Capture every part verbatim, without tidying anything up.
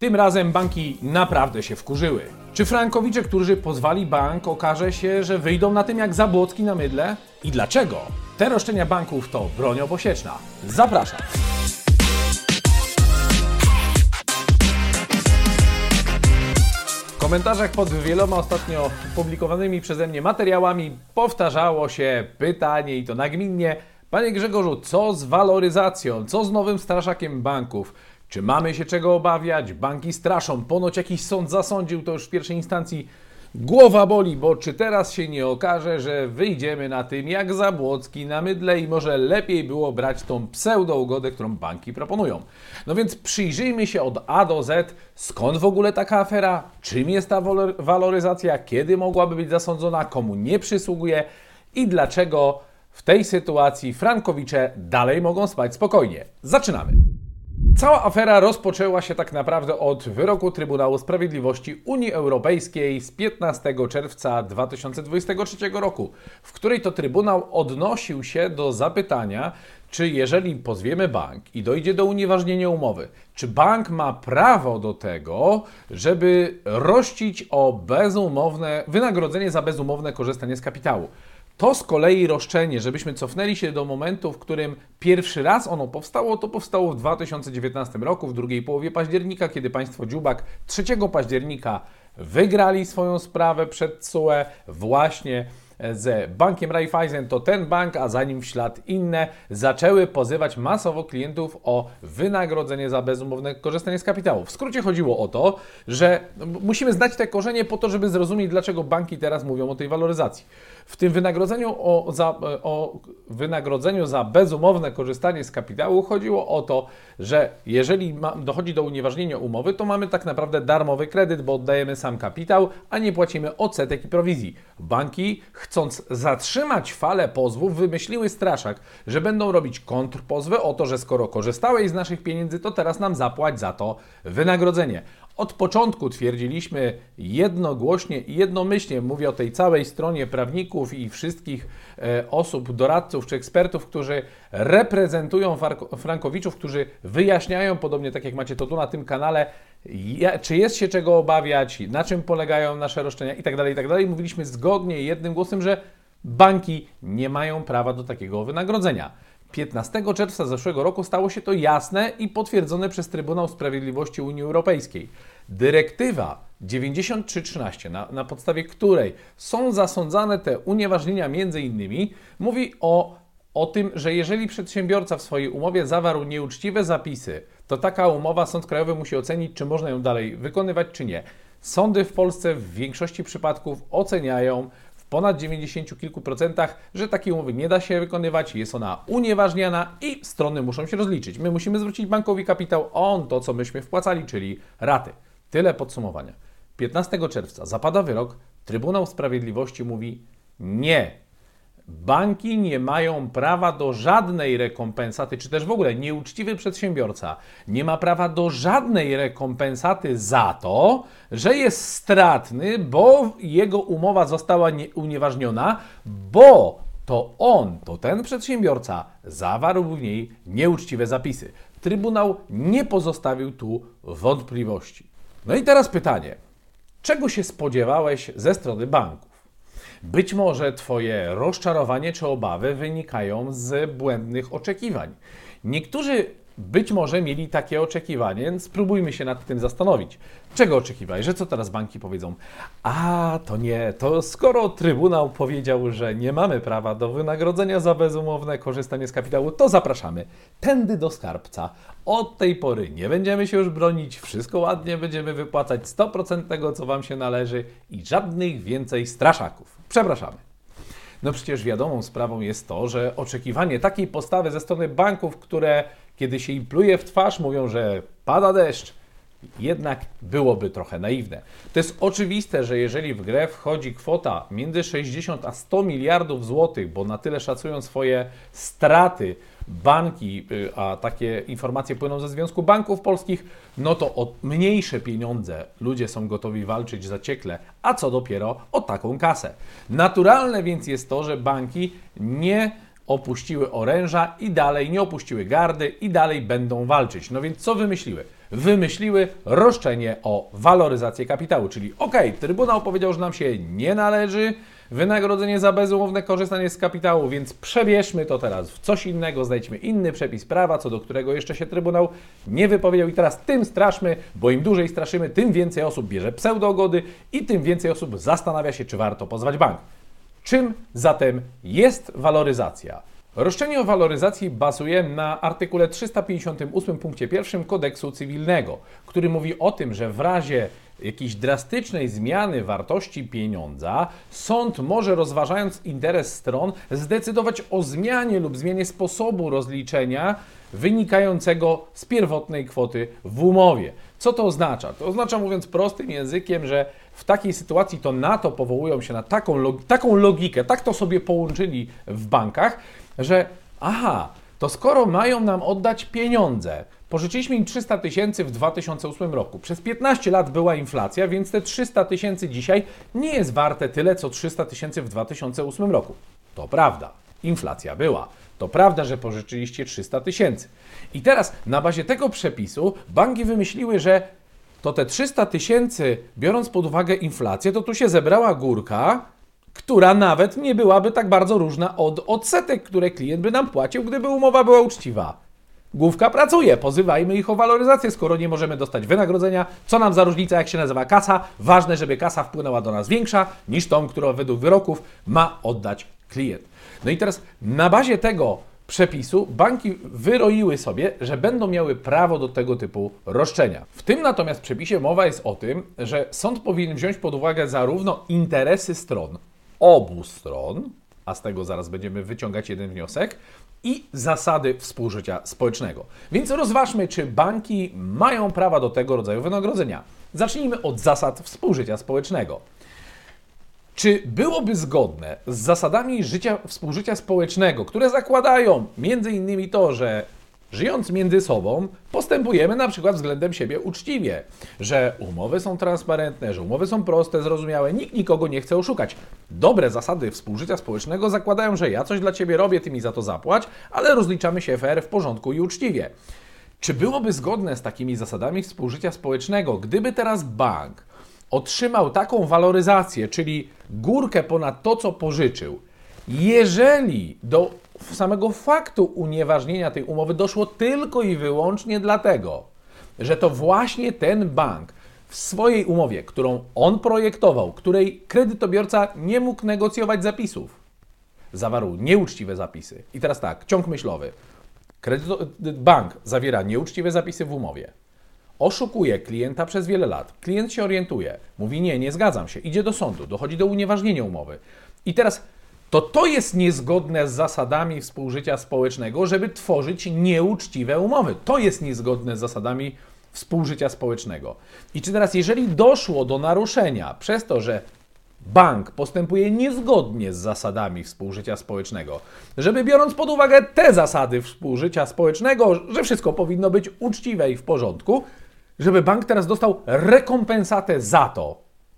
Tym razem banki naprawdę się wkurzyły. Czy frankowicze, którzy pozwali bank, okaże się, że wyjdą na tym jak Zabłocki na mydle? I dlaczego? Te roszczenia banków to broń obosieczna. Zapraszam! W komentarzach pod wieloma ostatnio publikowanymi przeze mnie materiałami powtarzało się pytanie, i to nagminnie: Panie Grzegorzu, co z waloryzacją? Co z nowym straszakiem banków? Czy mamy się czego obawiać? Banki straszą. Ponoć jakiś sąd zasądził, to już w pierwszej instancji głowa boli, bo czy teraz się nie okaże, że wyjdziemy na tym jak Zabłocki na mydle i może lepiej było brać tą pseudougodę, którą banki proponują. No więc przyjrzyjmy się od A do Z, skąd w ogóle taka afera, czym jest ta waloryzacja, kiedy mogłaby być zasądzona, komu nie przysługuje i dlaczego w tej sytuacji frankowicze dalej mogą spać spokojnie. Zaczynamy! Cała afera rozpoczęła się tak naprawdę od wyroku Trybunału Sprawiedliwości Unii Europejskiej z piętnastego czerwca dwa tysiące dwudziestego trzeciego roku, w której to Trybunał odnosił się do zapytania, czy jeżeli pozwiemy bank i dojdzie do unieważnienia umowy, czy bank ma prawo do tego, żeby rościć o bezumowne wynagrodzenie za bezumowne korzystanie z kapitału. To z kolei roszczenie, żebyśmy cofnęli się do momentu, w którym pierwszy raz ono powstało, to powstało w dwa tysiące dziewiętnastym roku, w drugiej połowie października, kiedy państwo Dziubak trzeciego października wygrali swoją sprawę przed T S U E właśnie z bankiem Raiffeisen, to ten bank, a za nim w ślad inne, zaczęły pozywać masowo klientów o wynagrodzenie za bezumowne korzystanie z kapitału. W skrócie chodziło o to, że musimy znać te korzenie po to, żeby zrozumieć, dlaczego banki teraz mówią o tej waloryzacji. W tym wynagrodzeniu, o, za, o wynagrodzeniu za bezumowne korzystanie z kapitału chodziło o to, że jeżeli ma, dochodzi do unieważnienia umowy, to mamy tak naprawdę darmowy kredyt, bo oddajemy sam kapitał, a nie płacimy odsetek i prowizji. Banki, chcąc zatrzymać falę pozwów, wymyśliły straszak, że będą robić kontrpozwy o to, że skoro korzystałeś z naszych pieniędzy, to teraz nam zapłać za to wynagrodzenie. Od początku twierdziliśmy jednogłośnie i jednomyślnie, mówię o tej całej stronie prawników i wszystkich e, osób, doradców czy ekspertów, którzy reprezentują frankowiczów, którzy wyjaśniają, podobnie tak jak macie to tu na tym kanale, ja, czy jest się czego obawiać, na czym polegają nasze roszczenia itd., itd. Mówiliśmy zgodnie jednym głosem, że banki nie mają prawa do takiego wynagrodzenia. piętnastego czerwca zeszłego roku stało się to jasne i potwierdzone przez Trybunał Sprawiedliwości Unii Europejskiej. Dyrektywa dziewięćdziesiąt trzy trzynaście, na, na podstawie której są zasądzane te unieważnienia między innymi, mówi o, o tym, że jeżeli przedsiębiorca w swojej umowie zawarł nieuczciwe zapisy, to taka umowa Sąd Krajowy musi ocenić, czy można ją dalej wykonywać, czy nie. Sądy w Polsce w większości przypadków oceniają w ponad dziewięćdziesięciu kilku procentach, że takiej umowy nie da się wykonywać, jest ona unieważniana i strony muszą się rozliczyć. My musimy zwrócić bankowi kapitał, on to, co myśmy wpłacali, czyli raty. Tyle podsumowania. piętnastego czerwca zapada wyrok, Trybunał Sprawiedliwości mówi nie. Banki nie mają prawa do żadnej rekompensaty, czy też w ogóle nieuczciwy przedsiębiorca nie ma prawa do żadnej rekompensaty za to, że jest stratny, bo jego umowa została unieważniona, bo to on, to ten przedsiębiorca zawarł w niej nieuczciwe zapisy. Trybunał nie pozostawił tu wątpliwości. No i teraz pytanie, czego się spodziewałeś ze strony banków? Być może Twoje rozczarowanie czy obawy wynikają z błędnych oczekiwań. Niektórzy być może mieli takie oczekiwanie, spróbujmy się nad tym zastanowić. Czego oczekiwałeś? Że co teraz banki powiedzą? A, to nie, to skoro Trybunał powiedział, że nie mamy prawa do wynagrodzenia za bezumowne korzystanie z kapitału, to zapraszamy tędy do skarbca. Od tej pory nie będziemy się już bronić, wszystko ładnie, będziemy wypłacać sto procent tego, co Wam się należy i żadnych więcej straszaków. Przepraszamy. No przecież wiadomą sprawą jest to, że oczekiwanie takiej postawy ze strony banków, które kiedy się im pluje w twarz, mówią, że pada deszcz, jednak byłoby trochę naiwne. To jest oczywiste, że jeżeli w grę wchodzi kwota między sześćdziesiąt a sto miliardów złotych, bo na tyle szacują swoje straty banki, a takie informacje płyną ze Związku Banków Polskich, no to o mniejsze pieniądze ludzie są gotowi walczyć zaciekle, a co dopiero o taką kasę. Naturalne więc jest to, że banki nie opuściły oręża i dalej nie opuściły gardy i dalej będą walczyć. No więc co wymyśliły? wymyśliły roszczenie o waloryzację kapitału. Czyli ok, Trybunał powiedział, że nam się nie należy wynagrodzenie za bezumowne korzystanie z kapitału, więc przebierzmy to teraz w coś innego, znajdźmy inny przepis prawa, co do którego jeszcze się Trybunał nie wypowiedział i teraz tym straszmy, bo im dłużej straszymy, tym więcej osób bierze pseudogody i tym więcej osób zastanawia się, czy warto pozwać bank. Czym zatem jest waloryzacja? Roszczenie o waloryzacji bazuje na artykule trzysta pięćdziesiątym ósmym punkcie pierwszym Kodeksu Cywilnego, który mówi o tym, że w razie jakiejś drastycznej zmiany wartości pieniądza sąd może, rozważając interes stron, zdecydować o zmianie lub zmianie sposobu rozliczenia wynikającego z pierwotnej kwoty w umowie. Co to oznacza? To oznacza, mówiąc prostym językiem, że w takiej sytuacji to na to powołują się na taką, log- taką logikę, tak to sobie połączyli w bankach, że aha, to skoro mają nam oddać pieniądze, pożyczyliśmy im trzysta tysięcy w dwa tysiące ósmym roku, przez piętnaście lat była inflacja, więc te trzysta tysięcy dzisiaj nie jest warte tyle, co trzysta tysięcy w dwa tysiące ósmym roku. To prawda, inflacja była. To prawda, że pożyczyliście trzysta tysięcy. I teraz na bazie tego przepisu banki wymyśliły, że to te trzysta tysięcy, biorąc pod uwagę inflację, to tu się zebrała górka, która nawet nie byłaby tak bardzo różna od odsetek, które klient by nam płacił, gdyby umowa była uczciwa. Główka pracuje, pozywajmy ich o waloryzację, skoro nie możemy dostać wynagrodzenia. Co nam za różnica, jak się nazywa kasa? Ważne, żeby kasa wpłynęła do nas większa niż tą, którą według wyroków ma oddać klient. No i teraz na bazie tego przepisu banki wyroiły sobie, że będą miały prawo do tego typu roszczenia. W tym natomiast przepisie mowa jest o tym, że sąd powinien wziąć pod uwagę zarówno interesy stron, obu stron, a z tego zaraz będziemy wyciągać jeden wniosek, i zasady współżycia społecznego. Więc rozważmy, czy banki mają prawa do tego rodzaju wynagrodzenia. Zacznijmy od zasad współżycia społecznego. Czy byłoby zgodne z zasadami życia, współżycia społecznego, które zakładają między innymi to, że żyjąc między sobą postępujemy na przykład względem siebie uczciwie, że umowy są transparentne, że umowy są proste, zrozumiałe, nikt nikogo nie chce oszukać. Dobre zasady współżycia społecznego zakładają, że ja coś dla Ciebie robię, Ty mi za to zapłać, ale rozliczamy się fair, w porządku i uczciwie. Czy byłoby zgodne z takimi zasadami współżycia społecznego, gdyby teraz bank otrzymał taką waloryzację, czyli górkę ponad to, co pożyczył, jeżeli do samego faktu unieważnienia tej umowy doszło tylko i wyłącznie dlatego, że to właśnie ten bank w swojej umowie, którą on projektował, której kredytobiorca nie mógł negocjować zapisów, zawarł nieuczciwe zapisy. I teraz tak, ciąg myślowy. Kredyto... Bank zawiera nieuczciwe zapisy w umowie. Oszukuje klienta przez wiele lat. Klient się orientuje, mówi nie, nie zgadzam się, idzie do sądu, dochodzi do unieważnienia umowy. I teraz to to jest niezgodne z zasadami współżycia społecznego, żeby tworzyć nieuczciwe umowy. To jest niezgodne z zasadami współżycia społecznego. I czy teraz, jeżeli doszło do naruszenia przez to, że bank postępuje niezgodnie z zasadami współżycia społecznego, żeby biorąc pod uwagę te zasady współżycia społecznego, że wszystko powinno być uczciwe i w porządku, żeby bank teraz dostał rekompensatę za to,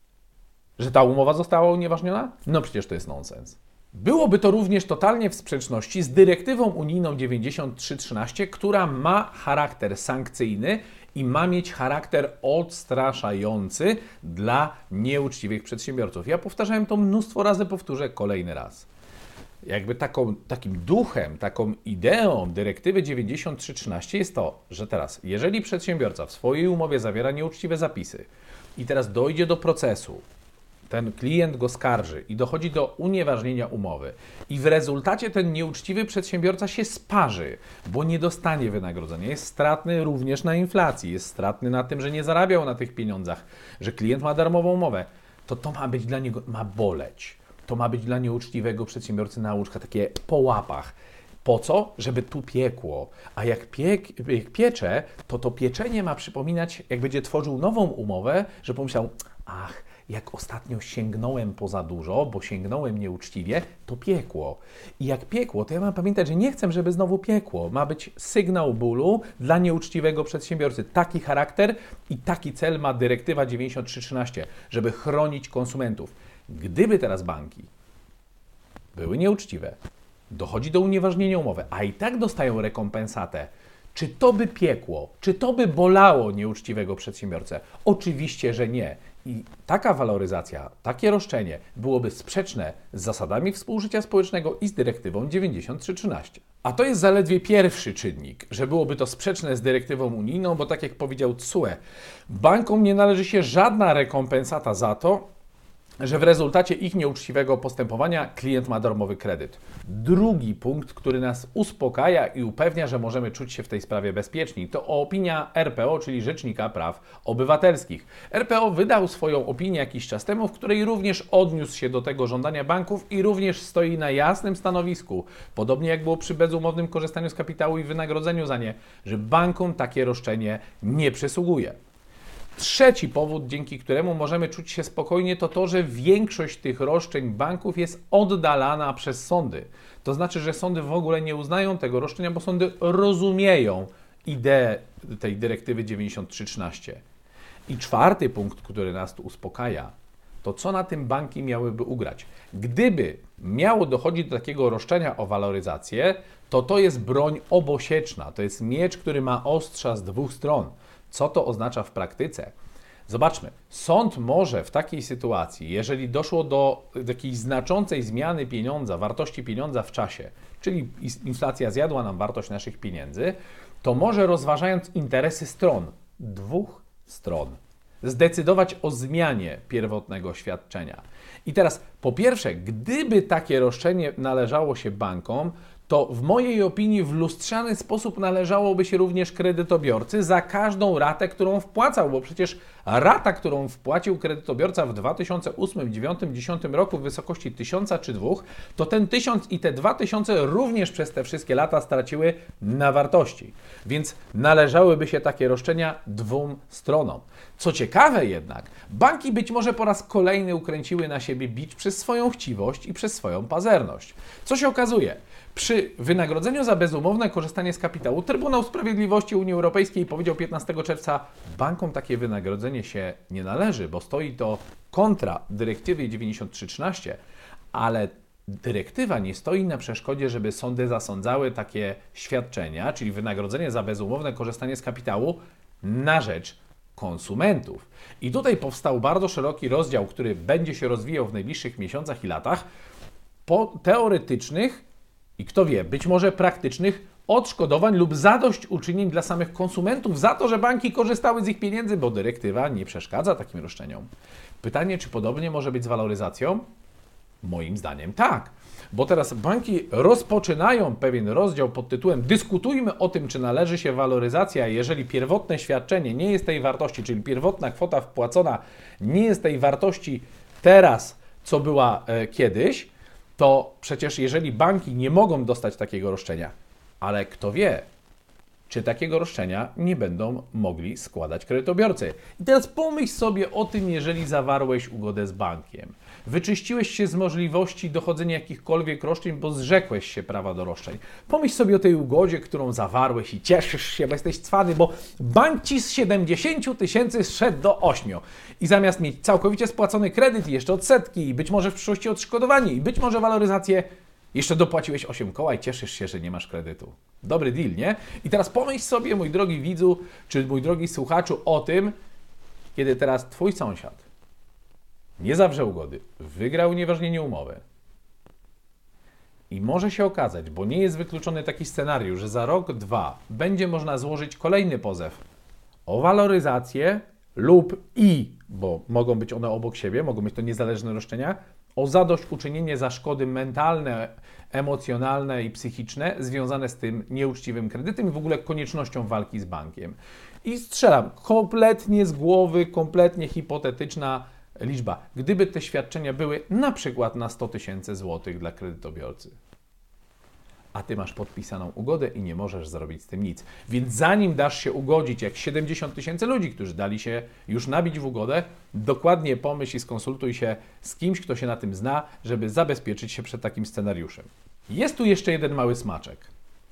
że ta umowa została unieważniona? No przecież to jest nonsens. Byłoby to również totalnie w sprzeczności z dyrektywą unijną dziewięćdziesiąt trzy trzynaście, która ma charakter sankcyjny i ma mieć charakter odstraszający dla nieuczciwych przedsiębiorców. Ja powtarzałem to mnóstwo razy, powtórzę kolejny raz. Jakby taką, takim duchem, taką ideą dyrektywy dziewięćdziesiąt trzy trzynaście jest to, że teraz, jeżeli przedsiębiorca w swojej umowie zawiera nieuczciwe zapisy i teraz dojdzie do procesu, ten klient go skarży i dochodzi do unieważnienia umowy i w rezultacie ten nieuczciwy przedsiębiorca się sparzy, bo nie dostanie wynagrodzenia. Jest stratny również na inflacji, jest stratny na tym, że nie zarabiał na tych pieniądzach, że klient ma darmową umowę. To to ma być dla niego, ma boleć. To ma być dla nieuczciwego przedsiębiorcy nauczka, takie po łapach. Po co? Żeby tu piekło. A jak, piek, jak piecze, to to pieczenie ma przypominać, jak będzie tworzył nową umowę, że pomyślał, ach, jak ostatnio sięgnąłem po za dużo, bo sięgnąłem nieuczciwie, to piekło. I jak piekło, to ja mam pamiętać, że nie chcę, żeby znowu piekło. Ma być sygnał bólu dla nieuczciwego przedsiębiorcy. Taki charakter i taki cel ma dyrektywa dziewięćdziesiąt trzy trzynaście, żeby chronić konsumentów. Gdyby teraz banki były nieuczciwe, dochodzi do unieważnienia umowy, a i tak dostają rekompensatę, Czy to by piekło? Czy to by bolało nieuczciwego przedsiębiorcę? Oczywiście, że nie. I taka waloryzacja, takie roszczenie byłoby sprzeczne z zasadami współżycia społecznego i z dyrektywą dziewięćdziesiąt trzy trzynaście. A to jest zaledwie pierwszy czynnik, że byłoby to sprzeczne z dyrektywą unijną, bo tak jak powiedział T S U E, bankom nie należy się żadna rekompensata za to, że w rezultacie ich nieuczciwego postępowania klient ma darmowy kredyt. Drugi punkt, który nas uspokaja i upewnia, że możemy czuć się w tej sprawie bezpieczni, to opinia R P O, czyli Rzecznika Praw Obywatelskich. R P O wydał swoją opinię jakiś czas temu, w której również odniósł się do tego żądania banków i również stoi na jasnym stanowisku, podobnie jak było przy bezumownym korzystaniu z kapitału i wynagrodzeniu za nie, że bankom takie roszczenie nie przysługuje. Trzeci powód, dzięki któremu możemy czuć się spokojnie, to to, że większość tych roszczeń banków jest oddalana przez sądy. To znaczy, że sądy w ogóle nie uznają tego roszczenia, bo sądy rozumieją ideę tej dyrektywy dziewięćdziesiąt trzy trzynaście. I czwarty punkt, który nas tu uspokaja, to co na tym banki miałyby ugrać? Gdyby miało dochodzić do takiego roszczenia o waloryzację, to to jest broń obosieczna, to jest miecz, który ma ostrza z dwóch stron. Co to oznacza w praktyce? Zobaczmy, sąd może w takiej sytuacji, jeżeli doszło do jakiejś znaczącej zmiany pieniądza, wartości pieniądza w czasie, czyli inflacja zjadła nam wartość naszych pieniędzy, to może, rozważając interesy stron, dwóch stron, zdecydować o zmianie pierwotnego świadczenia. I teraz, po pierwsze, gdyby takie roszczenie należało się bankom, to w mojej opinii w lustrzany sposób należałoby się również kredytobiorcy za każdą ratę, którą wpłacał, bo przecież rata, którą wpłacił kredytobiorca w dwa tysiące ósmym, dwa tysiące dziewiątym, dwa tysiące dziesiątym roku w wysokości tysiąca czy dwóch, to ten tysiąc i te dwa tysiące również przez te wszystkie lata straciły na wartości. Więc należałyby się takie roszczenia dwóm stronom. Co ciekawe jednak, banki być może po raz kolejny ukręciły na siebie bicz przez swoją chciwość i przez swoją pazerność. Co się okazuje? Przy wynagrodzeniu za bezumowne korzystanie z kapitału Trybunał Sprawiedliwości Unii Europejskiej powiedział piętnastego czerwca, bankom takie wynagrodzenie się nie należy, bo stoi to kontra dyrektywie dziewięćdziesiąt trzy trzynaście, ale dyrektywa nie stoi na przeszkodzie, żeby sądy zasądzały takie świadczenia, czyli wynagrodzenie za bezumowne korzystanie z kapitału na rzecz konsumentów. I tutaj powstał bardzo szeroki rozdział, który będzie się rozwijał w najbliższych miesiącach i latach, po teoretycznych i kto wie, być może praktycznych odszkodowań lub zadośćuczynień dla samych konsumentów za to, że banki korzystały z ich pieniędzy, bo dyrektywa nie przeszkadza takim roszczeniom. Pytanie, czy podobnie może być z waloryzacją? Moim zdaniem tak, bo teraz banki rozpoczynają pewien rozdział pod tytułem dyskutujmy o tym, czy należy się waloryzacja, jeżeli pierwotne świadczenie nie jest tej wartości, czyli pierwotna kwota wpłacona nie jest tej wartości teraz, co była e, kiedyś, to przecież jeżeli banki nie mogą dostać takiego roszczenia, ale kto wie, czy takiego roszczenia nie będą mogli składać kredytobiorcy. I teraz pomyśl sobie o tym, jeżeli zawarłeś ugodę z bankiem. Wyczyściłeś się z możliwości dochodzenia jakichkolwiek roszczeń, bo zrzekłeś się prawa do roszczeń. Pomyśl sobie o tej ugodzie, którą zawarłeś i cieszysz się, bo jesteś cwany, bo bank ci z siedemdziesięciu tysięcy zszedł do ośmiu. I zamiast mieć całkowicie spłacony kredyt i jeszcze odsetki, i być może w przyszłości odszkodowanie, i być może waloryzację, jeszcze dopłaciłeś osiem koła i cieszysz się, że nie masz kredytu. Dobry deal, nie? I teraz pomyśl sobie, mój drogi widzu, czy mój drogi słuchaczu, o tym, kiedy teraz twój sąsiad nie zawrze ugody, wygra unieważnienie umowy i może się okazać, bo nie jest wykluczony taki scenariusz, że za rok, dwa będzie można złożyć kolejny pozew o waloryzację lub i, bo mogą być one obok siebie, mogą być to niezależne roszczenia, o zadośćuczynienie za szkody mentalne, emocjonalne i psychiczne związane z tym nieuczciwym kredytem i w ogóle koniecznością walki z bankiem. I strzelam, kompletnie z głowy, kompletnie hipotetyczna liczba. Gdyby te świadczenia były na przykład na sto tysięcy złotych dla kredytobiorcy, a Ty masz podpisaną ugodę i nie możesz zrobić z tym nic. Więc zanim dasz się ugodzić, jak siedemdziesiąt tysięcy ludzi, którzy dali się już nabić w ugodę, dokładnie pomyśl i skonsultuj się z kimś, kto się na tym zna, żeby zabezpieczyć się przed takim scenariuszem. Jest tu jeszcze jeden mały smaczek.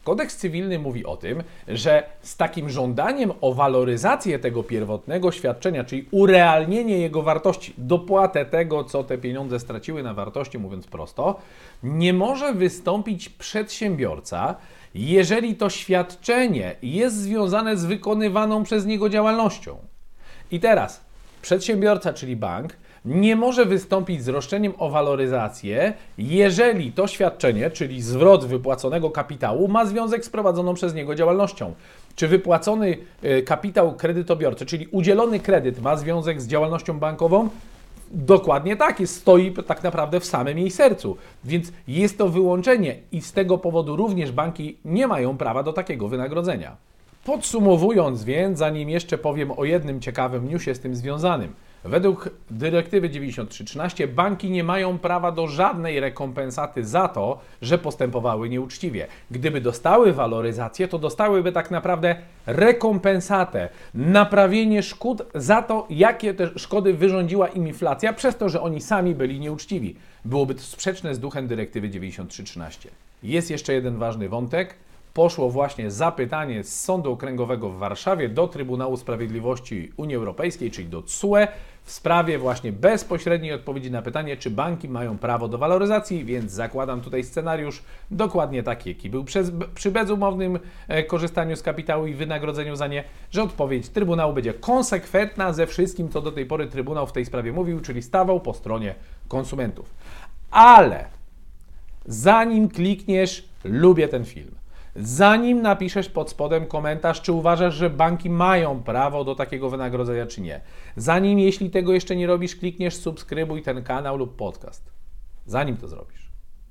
Kodeks cywilny mówi o tym, że z takim żądaniem o waloryzację tego pierwotnego świadczenia, czyli urealnienie jego wartości, dopłatę tego, co te pieniądze straciły na wartości, mówiąc prosto, nie może wystąpić przedsiębiorca, jeżeli to świadczenie jest związane z wykonywaną przez niego działalnością. I teraz przedsiębiorca, czyli bank, nie może wystąpić z roszczeniem o waloryzację, jeżeli to świadczenie, czyli zwrot wypłaconego kapitału, ma związek z prowadzoną przez niego działalnością. Czy wypłacony kapitał kredytobiorcy, czyli udzielony kredyt, ma związek z działalnością bankową? Dokładnie tak, jest, stoi tak naprawdę w samym jej sercu, więc jest to wyłączenie i z tego powodu również banki nie mają prawa do takiego wynagrodzenia. Podsumowując więc, zanim jeszcze powiem o jednym ciekawym newsie z tym związanym, według dyrektywy dziewięćdziesiąt trzy trzynaście banki nie mają prawa do żadnej rekompensaty za to, że postępowały nieuczciwie. Gdyby dostały waloryzację, to dostałyby tak naprawdę rekompensatę, naprawienie szkód za to, jakie te szkody wyrządziła im inflacja, przez to, że oni sami byli nieuczciwi. Byłoby to sprzeczne z duchem dyrektywy dziewięćdziesiąt trzy trzynaście. Jest jeszcze jeden ważny wątek. Poszło właśnie zapytanie z Sądu Okręgowego w Warszawie do Trybunału Sprawiedliwości Unii Europejskiej, czyli do T S U E, w sprawie właśnie bezpośredniej odpowiedzi na pytanie, czy banki mają prawo do waloryzacji, więc zakładam tutaj scenariusz dokładnie taki, jaki był przez, przy bezumownym e, korzystaniu z kapitału i wynagrodzeniu za nie, że odpowiedź Trybunału będzie konsekwentna ze wszystkim, co do tej pory Trybunał w tej sprawie mówił, czyli stawał po stronie konsumentów. Ale zanim klikniesz lubię ten film, zanim napiszesz pod spodem komentarz, czy uważasz, że banki mają prawo do takiego wynagrodzenia, czy nie. Zanim, jeśli tego jeszcze nie robisz, klikniesz subskrybuj ten kanał lub podcast. Zanim to zrobisz.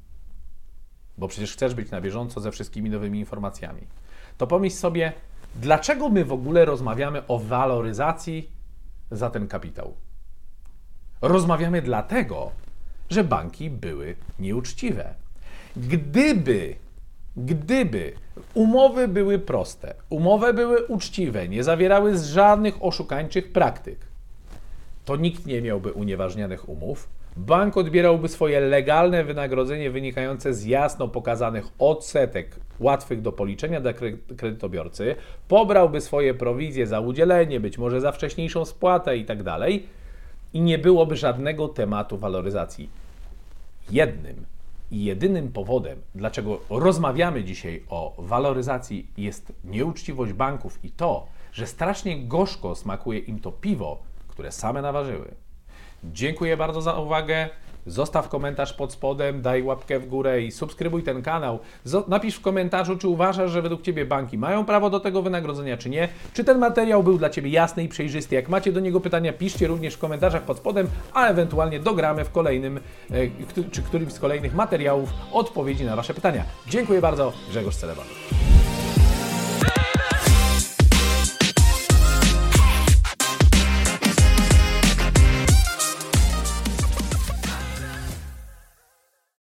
Bo przecież chcesz być na bieżąco ze wszystkimi nowymi informacjami. To pomyśl sobie, dlaczego my w ogóle rozmawiamy o waloryzacji za ten kapitał? Rozmawiamy dlatego, że banki były nieuczciwe. Gdyby Gdyby umowy były proste, umowy były uczciwe, nie zawierały z żadnych oszukańczych praktyk, to nikt nie miałby unieważnianych umów, bank odbierałby swoje legalne wynagrodzenie wynikające z jasno pokazanych odsetek łatwych do policzenia dla kredytobiorcy, pobrałby swoje prowizje za udzielenie, być może za wcześniejszą spłatę i tak dalej i nie byłoby żadnego tematu waloryzacji. Jednym I jedynym powodem, dlaczego rozmawiamy dzisiaj o waloryzacji, jest nieuczciwość banków i to, że strasznie gorzko smakuje im to piwo, które same naważyły. Dziękuję bardzo za uwagę. Zostaw komentarz pod spodem, daj łapkę w górę i subskrybuj ten kanał. Napisz w komentarzu, czy uważasz, że według Ciebie banki mają prawo do tego wynagrodzenia, czy nie. Czy ten materiał był dla Ciebie jasny i przejrzysty. Jak macie do niego pytania, piszcie również w komentarzach pod spodem, a ewentualnie dogramy w kolejnym, czy którymś z kolejnych materiałów odpowiedzi na Wasze pytania. Dziękuję bardzo, Grzegorz Celeban.